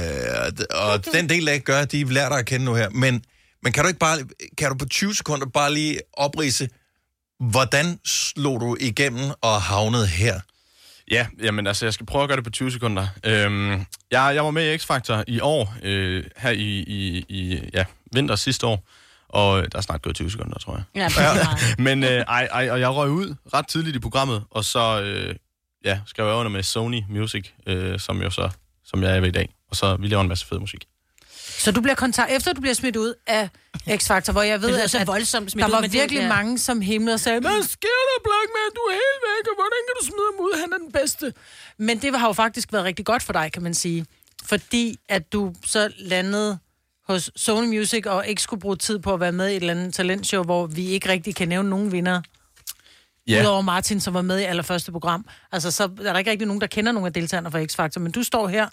og den del af gør, at de lærer dig at kende nu her. Men kan du ikke bare, kan du på 20 sekunder bare lige opridse, hvordan slog du igennem og havnede her? Ja, jamen altså, jeg skal prøve at gøre det på 20 sekunder. Jeg var med i X-Factor i år, her i vinter sidste år, og der er snart gået 20 sekunder, tror jeg. Ja, men og jeg røg ud ret tidligt i programmet, og så skrev jeg under med Sony Music, som jeg er ved i dag, og så vi laver en masse fed musik. Så du bliver efter du bliver smidt ud af X-Factor, hvor jeg ved, at der var virkelig mange, som himlede og sagde, hvad sker der, Blackman? Du er helt væk, og hvordan kan du smide ham ud? Han er den bedste. Men det har jo faktisk været rigtig godt for dig, kan man sige. Fordi at du så landede hos Sony Music, og ikke skulle bruge tid på at være med i et eller andet talentshow, hvor vi ikke rigtig kan nævne nogen vinder. Yeah. Udover Martin, som var med i allerførste program. Altså, så er der ikke rigtig nogen, der kender nogen af deltagerne fra X-Factor. Men du står her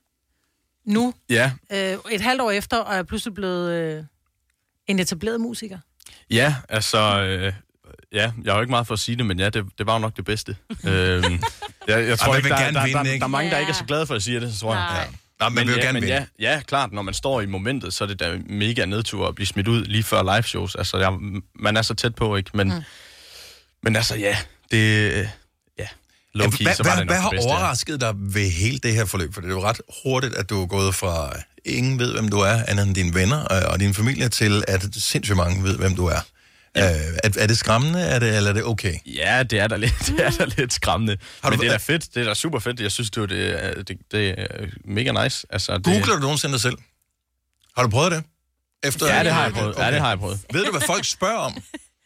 nu, et halvt år efter, og er pludselig blevet en etableret musiker. Ja, altså, jeg har jo ikke meget for at sige det, men ja, det var jo nok det bedste. Jeg tror ikke, der er mange, der ikke er så glade for at sige det, så tror jeg. Ja. Men vil jo gerne vinde. Ja, klart, når man står i momentet, så er det da mega nedtur at blive smidt ud lige før live shows. Altså, man er så tæt på, ikke? Men altså, ja, det... Hvad har overrasket dig ved hele det her forløb? For det er jo ret hurtigt, at du er gået fra ingen ved, hvem du er, andet end dine venner og din familie, til at sindssygt mange ved, hvem du er. Ja. Er det skræmmende, eller er det okay? Ja, det er da lidt skræmmende. Men det er da fedt, det er da super fedt. Jeg synes, det er mega nice. Altså, Googler du nogensinde dig selv? Har du prøvet det? Ja, det har jeg prøvet. Okay. Ja, det har jeg prøvet. Ved du, hvad folk spørger om?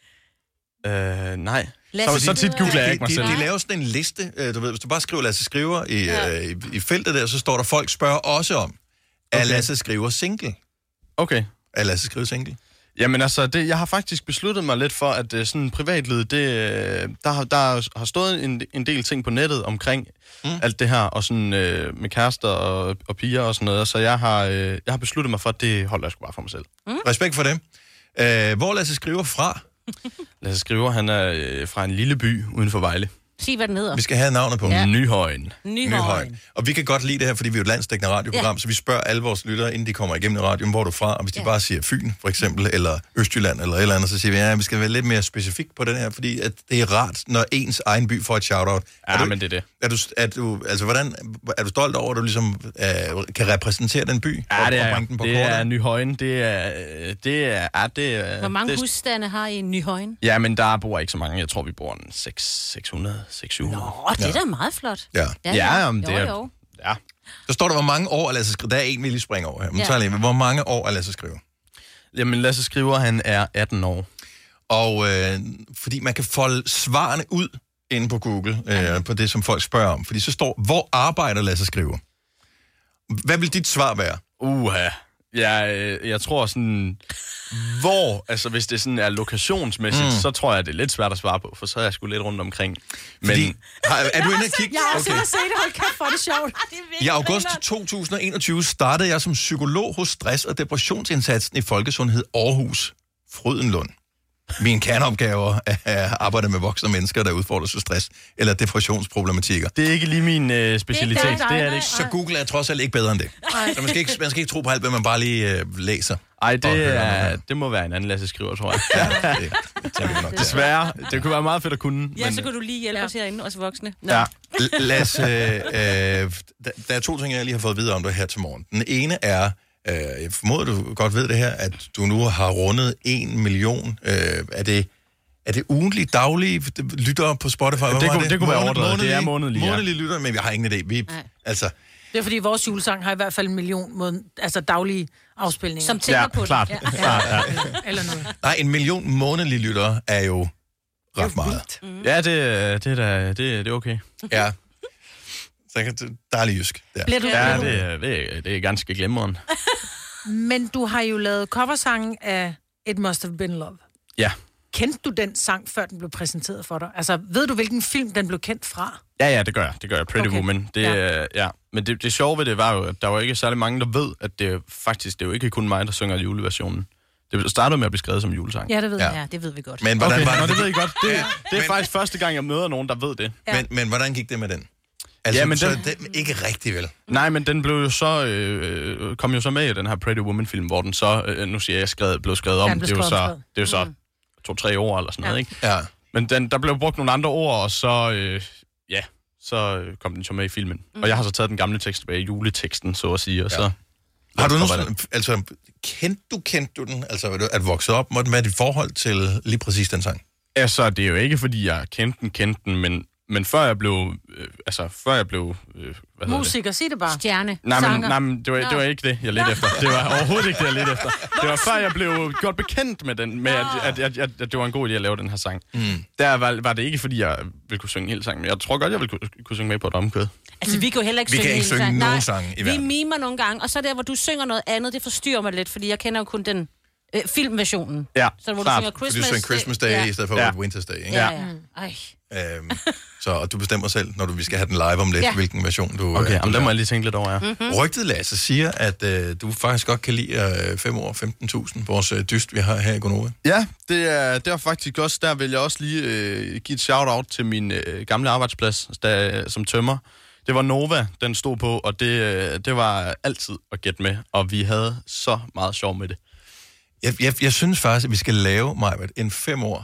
Nej. Så tit googler jeg ikke mig selv. De laver sådan en liste, du ved, hvis du bare skriver Lasse Skriver i feltet der, så står der, folk spørger også om, er Lasse Skriver single? Okay. Er Lasse Skriver single? Jamen altså, jeg har faktisk besluttet mig lidt for, at sådan privatlivet, der har stået en del ting på nettet omkring alt det her, og sådan med kærester og piger og sådan noget, så jeg har besluttet mig for, at det holder jeg sgu bare for mig selv. Respekt for det. Hvor Lasse Skriver fra? Lasse Skriver, han er fra en lille by uden for Vejle. Sig, hvad den hedder. Vi skal have navnet på. Ja. Nyhøjen. Og vi kan godt lide det her, fordi vi er et landsdækkende radioprogram, så vi spørger alle vores lyttere, inden de kommer igennem radioen, hvor du er fra. Og hvis de bare siger Fyn, for eksempel, eller Østjylland, eller et eller andet, så siger vi, vi skal være lidt mere specifik på den her, fordi at det er rart, når ens egen by får et shout-out. Men det er det. Er du stolt over, at du ligesom kan repræsentere den by? Ja, det er det er Nyhøjen. Det er hvor mange husstande har I Nyhøjen? Ja, men der bor ikke så mange. Jeg tror, vi bor 600. Nå, det er da meget flot. Ja, det er... Jo. Ja. Så står der, hvor mange år er Lasse Skriver. Der er en, vi lige springer over her. Men tager lige, hvor mange år er Lasse Skriver? Jamen, Lasse Skriver, han er 18 år. Og fordi man kan folde svarene ud inde på Google, på det, som folk spørger om. Fordi så står, hvor arbejder Lasse Skriver? Hvad vil dit svar være? Jeg tror sådan... altså hvis det sådan er lokationsmæssigt, så tror jeg, det er lidt svært at svare på, for så er jeg sgu lidt rundt omkring. Men er du inde og kigge? Jeg har også set det, hold kæft, for det sjovt. I august 2021 startede jeg som psykolog hos stress- og depressionsindsatsen i Folkesundhed Aarhus, Frydenlund. Mine kerneopgaver er at arbejde med voksne mennesker, der udfordres af stress eller depressionsproblematikker. Det er ikke lige min specialitet. Det er det ikke. Så Google er trods alt ikke bedre end det. Så man skal ikke tro på alt, hvad man bare lige læser. Ej, det må være en anden Lasse Skriver, tror jeg. Ja, det tænker vi nok. Desværre. Det kunne være meget fedt at kunne. Ja, så kunne du lige hjælpe os herinde, os voksne. Ja. Lasse, der er to ting, jeg lige har fået videre om dig her til morgen. Den ene er, jeg formoder, du godt ved det her, at du nu har rundet 1 million. Er det ugentlige, daglige lyttere på Spotify? Det kunne være overdrevet. Det er månedlige. Månedlige lyttere, men vi har ingen idé. Det er fordi, vores julesang har i hvert fald 1 million daglige afspilninger. Som tænker på klart. det. Eller noget. Nej, 1 million månedlige lyttere er jo ret meget. Ja, det er okay. Ja. Så dejlig jysk. Bliver du det er ganske glimrende. Men du har jo lavet coversangen af It Must Have Been Love. Ja. Kendte du den sang, før den blev præsenteret for dig? Altså, ved du, hvilken film den blev kendt fra? Ja, det gør jeg. Pretty Woman. Men det sjove ved det var jo, at der var ikke særlig mange, der ved, at det er jo ikke kun mig, der synger juleversionen. Det startede med at blive skrevet som julesang. Ja, det ved jeg. Ja, det ved vi godt. Men hvordan var det? Det ved I godt. Det er faktisk første gang, jeg møder nogen, der ved det. Ja. Men hvordan gik det med den? Altså, men så den ikke rigtig vel? Nej, men den blev jo så kom jo så med i den her Pretty Woman-film, hvor den så, nu siger jeg, blev skrevet om. Det er jo så 2-3 år eller sådan noget, ikke? Ja. Men der blev brugt nogle andre ord, og så, så kom den så med i filmen. Og jeg har så taget den gamle tekst tilbage, juleteksten, så at sige, og så... Har du kendte du den? Altså, at vokse op, måtte være dit forhold til lige præcis den sang? Altså, det er jo ikke, fordi jeg kendte den, men før jeg blev... musiker, sig det bare. Stjerne. Nej, men det var ikke det, jeg ledte efter. Det var overhovedet ikke det, jeg ledte efter. Det var før jeg blev godt bekendt med den, med at det var en god idé at lave den her sang. Der var det ikke, fordi jeg ville kunne synge hele sangen, men jeg tror godt, jeg ville kunne synge med på et omkød. Altså, vi kan jo heller ikke synge hele sangen. Vi kan ikke synge nogen sange i verden. Vi mimer nogle gange, og så der, hvor du synger noget andet, det forstyrrer mig lidt, fordi jeg kender jo kun den filmversionen. Ja, så hvor du synger Christmas, du synger Christmas Day i stedet for Winter's Day, ikke? Ja. Så og du bestemmer selv, når vi skal have den live om lidt, hvilken version du... Okay, men der må jeg lige tænke lidt over, Rygtet, Lasse, siger, at du faktisk godt kan lide 5 år 15.000, vores dyst, vi har her i Gonova. Ja, det er faktisk også, der vil jeg også lige give et shout-out til min gamle arbejdsplads som tømrer. Det var Nova, den stod på, og det var altid at gætte med, og vi havde så meget sjov med det. Jeg synes faktisk, at vi skal lave, Majbert, en 5 år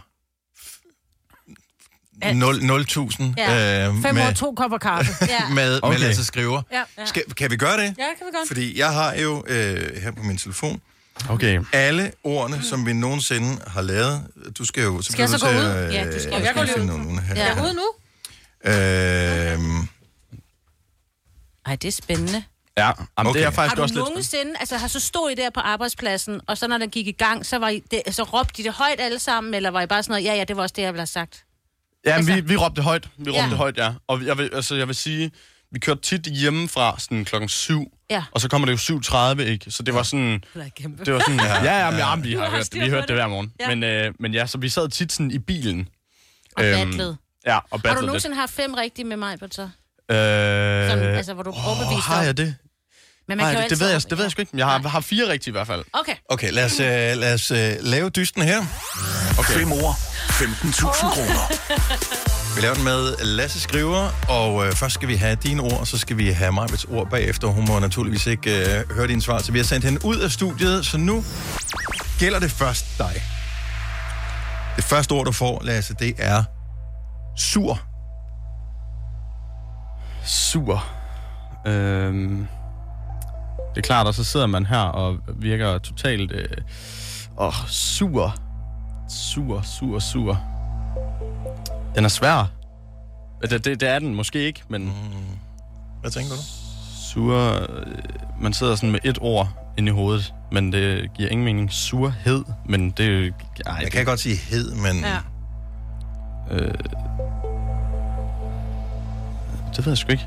0.000 5 år 2 kopper kaffe. med Lasse Skriver. Ja. Kan vi gøre det? Ja, kan vi godt. Fordi jeg har jo her på min telefon alle ordene, som vi nogensinde har lavet. Du skal jo... Skal jeg så gå ud? Ja, du skal. Jeg går lige ud. Jeg er ude nu. Ej, det er spændende. Ja, det er faktisk også lidt... Har du nogensinde, har så stod I der på arbejdspladsen, og så når den gik i gang, så råbte de det højt alle sammen, eller var I bare sådan noget, ja, det var også det, jeg ville have sagt? Ja, men vi råbte højt. Og jeg vil sige, vi kørte tit hjemmefra sådan 7:00, og så kommer det jo 7:30, ikke? Så det var sådan... Det var sådan, vi hørte det hver morgen. Ja. Men ja, så vi sad tit sådan i bilen. Og battlede. Ja, og battlede. Har du nogensinde haft 5 rigtige med mig, så? Sådan, hvor du overbeviste har jeg det? Men man kan det ved jeg sgu ikke. Jeg har 4 rigtige i hvert fald. Okay, lad os lave dysten her. Okay. 5 år, 15.000 kroner. Vi laver den med Lasse Skriver, og først skal vi have dine ord, og så skal vi have Majbets ord bagefter. Hun må naturligvis ikke høre dine svar, så vi har sendt hende ud af studiet, så nu gælder det først dig. Det første ord, du får, Lasse, det er sur. Sur. Det er klart, og så sidder man her og virker totalt sur. Sur. Den er svær. Det er den måske ikke, men... Hvad tænker du? Sur... Man sidder sådan med et ord inde i hovedet, men det giver ingen mening. Surhed, men det... Jeg kan godt sige hed, men... Ja. Det ved jeg sgu ikke.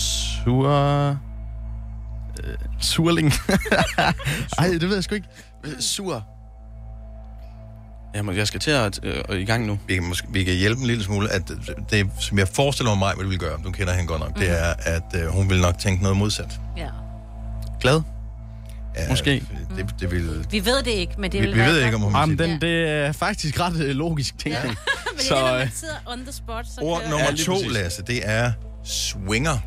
Surling. Ej, det ved jeg sgu ikke. Sur. Jamen, jeg skal til at i gang nu. Vi kan hjælpe en lille smule, at det, som jeg forestiller mig, hvad du vil gøre, du kender hende godt nok, det er, at hun vil nok tænke noget modsat. Ja. Glad? Ja, måske. Det vil... Vi ved det ikke, men det vil vi ved ikke, om hun vil sige det. Det er faktisk ret logisk tænkning. Ja. Men så, når man sidder on the spot, så ord nummer 2, Lasse, det er swinger.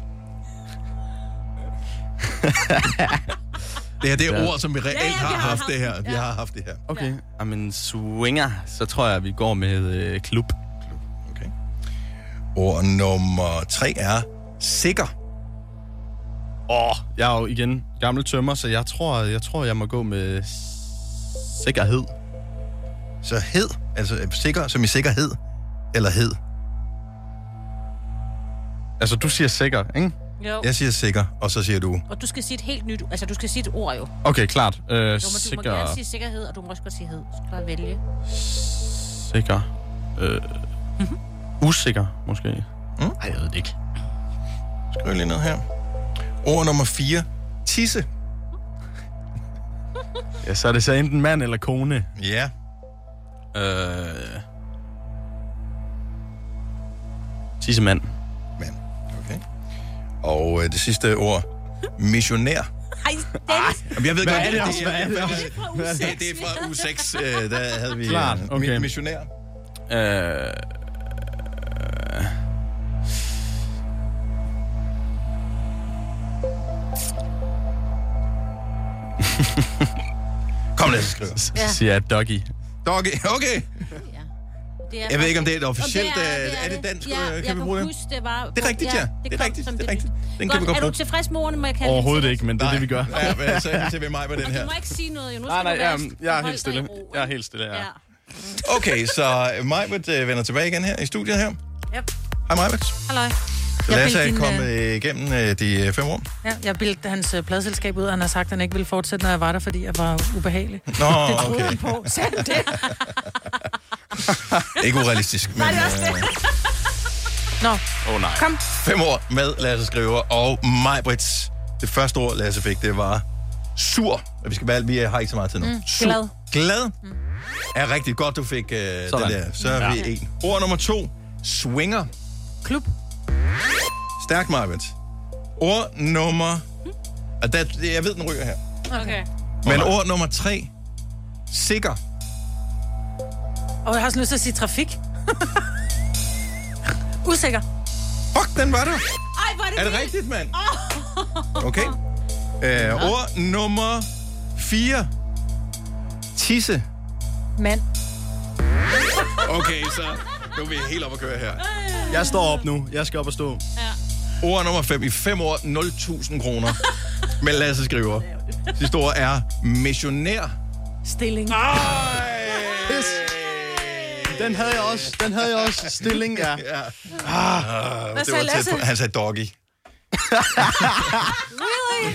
Det her, det er ord, som vi reelt har haft det her. Vi har haft det her. Okay. Jamen, swinger, så tror jeg, vi går med klub. Okay. Ord nummer 3 er sikker. Jeg er jo igen gammel tømmer, så jeg tror, jeg må gå med sikkerhed. Så hed, altså sikker, som i sikkerhed, eller hed? Altså, du siger sikker, ikke? Jo. Jeg siger sikker, og så siger du... Og du skal sige et helt nyt... Altså, du skal sige et ord jo. Okay, klart. Du må gerne sige sikkerhed, og du må også godt sige hed. Så skal du bare vælge. Sikker. Usikker, måske. Ej, jeg ved det ikke. Skriv lige ned her. Ord nummer 4. Tisse. Ja, så er det så enten mand eller kone. Ja. Tissemand. Mand, okay. Og det sidste ord. Missionær. Ej, Dennis. Jeg ved Hvad godt, er det også? det er fra uge 6. Der havde vi Klart, okay. missionær. Kom, lad os skrive. Så siger jeg doggy. Doggy, okay. Jeg ved ikke, om det er et officielt... Er det dansk? Kan vi bruge det? Huske, det var... Det er rigtigt, ja. Det er rigtigt. Den kan vi godt Er bruge. du tilfreds med ordene, må jeg kalde Overhovedet ikke, men det er det, vi gør. Ja, men så til mig på den her. Du må ikke sige noget, jo. Nu Nej, skal jeg er helt stille. Jeg er helt stille, ja. Okay, så Majbert vender tilbage igen her i studiet her. Yep. Hej Majbert. Halløj. Så Lasse er kommet igennem de 5 år. Ja, jeg bildte hans pladselskab ud, og han har sagt, at han ikke ville fortsætte, når jeg var der, fordi jeg var ubehagelig. Nå, det troede okay. han på. Sagde han det? Ikke urealistisk, men... Nej, det er også det. Nå, nej. Kom. 5 år med Lasse Skriver, og Majbrits. Det første ord, Lasse fik, det var sur. Vi har ikke så meget tid nu. Glad. Glad? Er rigtig godt, du fik den der. Så er vi 1. Ord nummer 2. Swinger. Klub. Stærkt, Majbrit. Ord nummer... Jeg ved, den ryger her. Okay. Men ord nummer 3. Sikker. Og jeg har sådan lyst til at sige trafik. Usikker. Fuck, den var der. Ej, hvor er det det rigtigt, mand? Okay. Ord nummer 4. Tisse. Mand. Okay, så nu er vi helt op at køre her. Jeg står op nu. Jeg skal op og stå. Ja. Ord nummer 5. I 5 år, 0.000 kroner. Med Lasse Skriver. Sidste ord er missionær. Stilling. Den havde jeg også. Stilling, ja. Hvad sagde Lasse? Han sagde doggy. Really?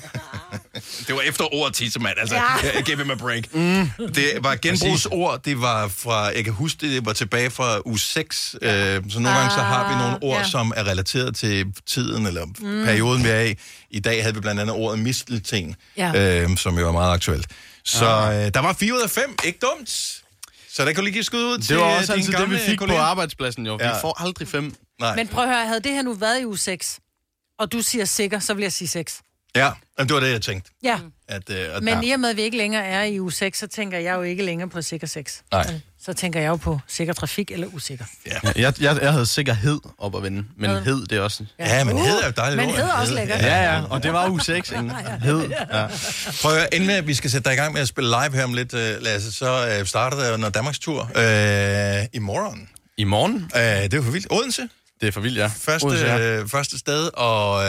Det var efter ordet tissemand, altså. Ja. Give him a break. Det var genbrugsord, det var fra, jeg kan huske det var tilbage fra uge 6. Så nogle gange så har vi nogle ord, som er relateret til tiden, eller perioden, vi er i. I dag havde vi blandt andet ordet mistelten, som jo er meget aktuelt. Så der var 4 ud af 5. Ikke dumt. Så der kan lige give skud ud til det var også altid det, vi fik kollega. på arbejdspladsen, jo. Vi får aldrig 5. Nej. Men prøv at høre, havde det her nu været i uge 6, og du siger sikker, så vil jeg sige 6. Ja, det var det, jeg tænkte. Ja. Men i og med, at vi ikke længere er i uge 6, så tænker jeg jo ikke længere på sikker 6. Nej. Så tænker jeg jo på sikker trafik eller usikker. Ja. Jeg havde sikkerhed op at vende, men hed det også. Ja, men hed er jo dejligt. Men hed er også lækkert. Ja, og det var uge 6, ikke? Hed. Ja. Prøv at inden at vi skal sætte dig i gang med at spille live her om lidt, Lasse, så starter der noget Danmarks tur i morgen. I morgen? Det er jo for vildt. Odense? Det er for vildt, ja. Første sted, og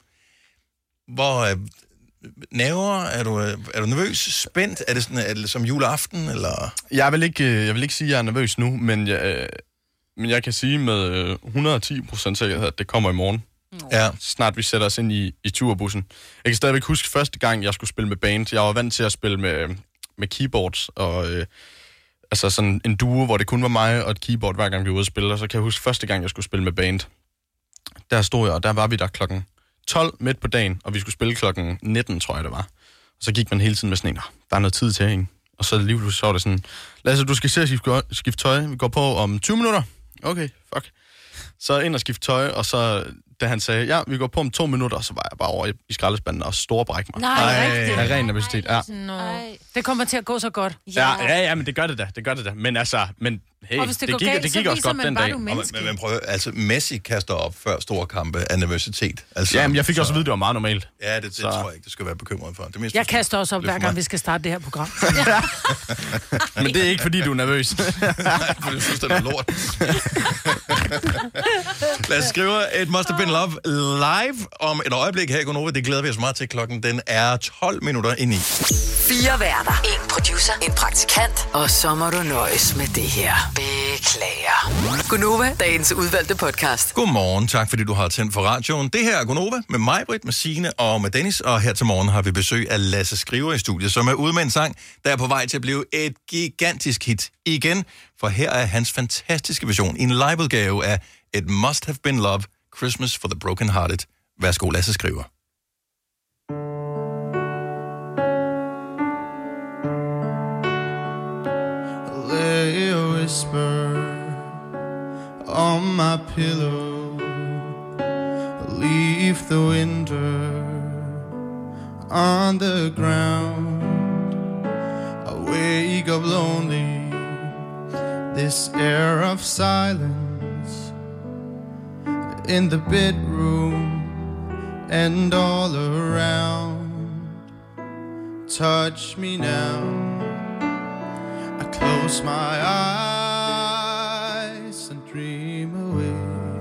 hvor nerver, er du nervøs, spændt? Er det som juleaften, eller? Jeg vil ikke sige, at jeg er nervøs nu, men jeg kan sige med 110% sikkerhed, at det kommer i morgen. Ja. Snart vi sætter os ind i turbussen. Jeg kan stadigvæk huske første gang, jeg skulle spille med band. Jeg var vant til at spille med keyboards, og altså sådan en duo, hvor det kun var mig og et keyboard, hver gang vi var ude at spille. Og så kan jeg huske første gang, jeg skulle spille med band. Der stod jeg, og der var vi der klokken 12 midt på dagen, og vi skulle spille klokken 19, tror jeg det var. Og så gik man hele tiden med sådan en, der er noget tid til, ikke? Og så lige så var det sådan, Lasse, du skal se at skifte tøj, vi går på om 20 minutter. Okay, fuck. Så ind og skifte tøj, og så da han sagde, ja, vi går på om 2 minutter, så var jeg bare over i skraldespanden og storbrække mig. Nej, rigtigt. Af ren nervøsitet, ja. Det kommer til at gå så godt. Ja, men det gør det da. Men altså, hey, og hvis det gik også godt den dag. Men prøv, altså Messi kaster op før store kampe af nervøsitet. Altså, ja, men jeg fik også at vide, det var meget normalt. Ja, det tror jeg ikke, du skal være bekymret for. Jeg kaster også op, hver gang vi skal starte det her program. Men det er ikke, fordi du er nervøs. Nej, for du synes, det er lort. Lad os skrive et Must Have Been Love live om et øjeblik her i Gonova. Det glæder vi os meget til. Klokken den er 12 minutter i 9. 4 værter. 1 producer. En praktikant. Og så må du nøjes med det her. Beklager. Beklager. Gunova, dagens udvalgte podcast. Godmorgen, tak fordi du har tændt for radioen. Det her er Gunova med mig, Britt, med Signe og med Dennis. Og her til morgen har vi besøg af Lasse Skriver i studiet, som er ude med en sang, der er på vej til at blive et gigantisk hit igen. For her er hans fantastiske version i en liveudgave af It Must Have Been Love, Christmas for the Broken Hearted. Værsgo, Lasse Skriver. Lay a whisper on my pillow, leave the winter on the ground. I wake up lonely, this air of silence in the bedroom and all around. Touch me now, I close my eyes and dream away.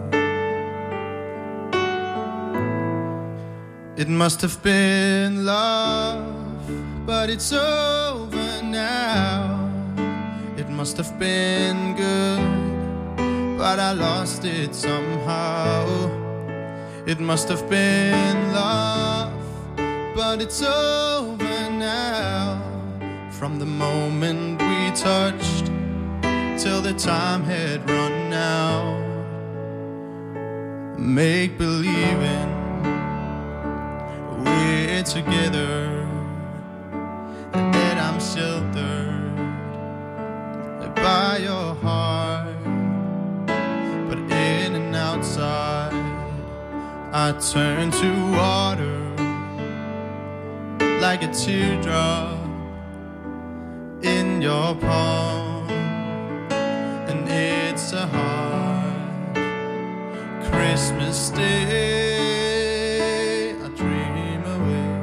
It must have been love, but it's over now. It must have been good, but I lost it somehow. It must have been love, but it's over now. From the moment we touched till the time had run out. Make believing we're together, that I'm sheltered by your heart. But in and outside I turn to water, like a teardrop in your palm. And it's a hard Christmas day, I dream away.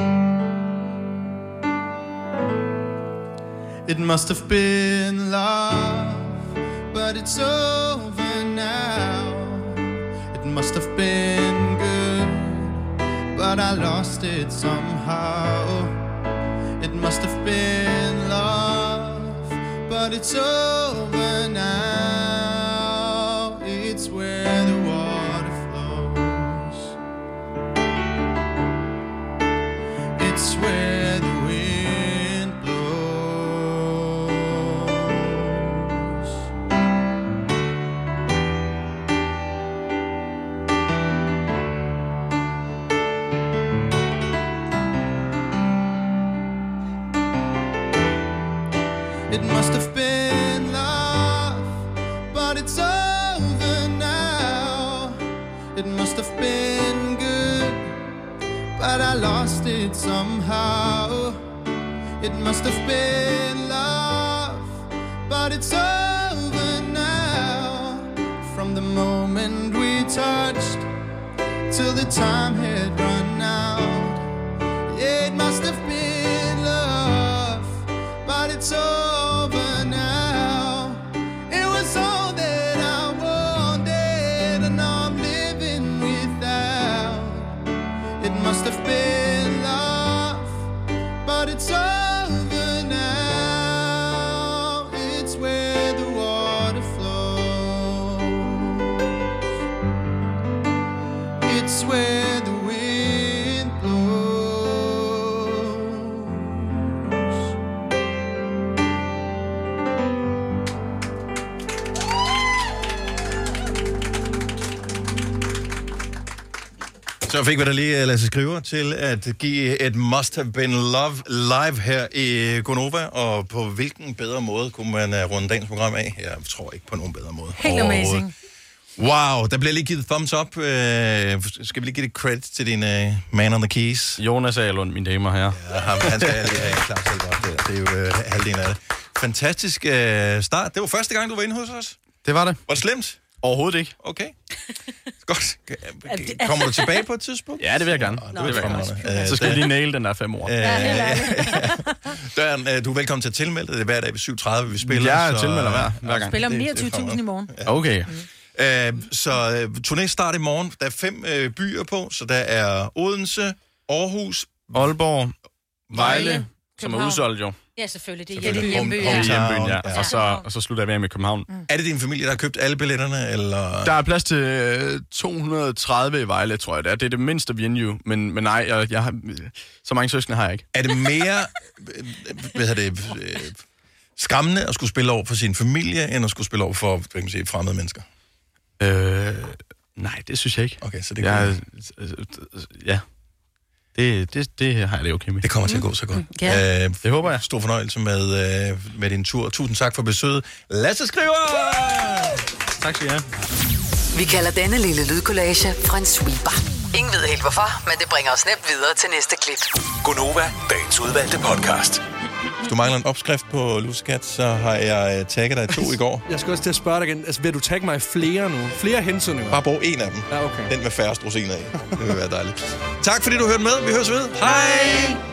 It must have been love, but it's over now. It must have been good, but I lost it somehow. It must have been love, but it's over now. It's where the water flows. It's where the wind blows. It must have been love, but it's over now. It must have been good, but I lost it somehow. It must have been love, but it's over now. From the moment we touched till the time had run out. Yeah, it must have been love, but it's over. Must have been love, but it's over now. It's where the water flows. It's where the wind blows. Så fik vi da lige Lasse Skriver til at give et Must Have Been Love live her i Gonova, og på hvilken bedre måde kunne man runde dagens program af? Jeg tror ikke på nogen bedre måde. Helt amazing. Wow, der bliver lige givet thumbs up. Skal vi lige give det credit til din man on the keys? Jonas Ahlund, mine damer og herrer. Ja, han skal lige have klart selv godt. Det er jo halvdelen af det. Fantastisk start. Det var første gang, du var inde hos os. Det var det. Var det slemt? Overhovedet ikke. Okay. Godt. Kommer du tilbage på et tidspunkt? Ja, det vil jeg gerne. Så skal vi lige naile den der 5 år. Du er velkommen til at tilmelde dig. Det er hver dag ved 7:30, vi spiller. Jeg tilmelder hver gang. Spiller 29.000 i morgen. Okay. Så turnéstart i morgen. Der er 5 byer på, så der er Odense, Aarhus, Aalborg, Vejle, som er udsolgt jo. Ja, selvfølgelig. Det er hjembyen. Ja. Og så slutter jeg med København. Er det din familie, der har købt alle billetterne, eller? Der er plads til 230 i Vejle, tror jeg. Det er det mindste venue, men nej, jeg har, så mange søskende har jeg ikke. Er det mere skræmmende at skulle spille over for sin familie, end at skulle spille over for fremmede mennesker? Nej, det synes jeg ikke. Okay, så det kan ja. Det har jeg det okay med. Det kommer til at gå så godt. Det håber jeg. Stor fornøjelse med din tur. Tusind tak for besøget. Lasse Skriver! Tak skal I have. Vi kalder denne lille lydkollage en sweeper. Ingen ved helt hvorfor, men det bringer os nemt videre til næste klip. Gonova, dagens udvalgte podcast. Hvis du mangler en opskrift på luskat, så har jeg tagget dig 2 i går. Jeg skal også til at spørge dig igen. Altså, vil du tagge mig flere nu? Flere hensynninger? Bare brug en af dem. Ja, okay. Den med færrest rosiner i. Det vil være dejligt. Tak fordi du hørte med. Vi høres ved. Hej!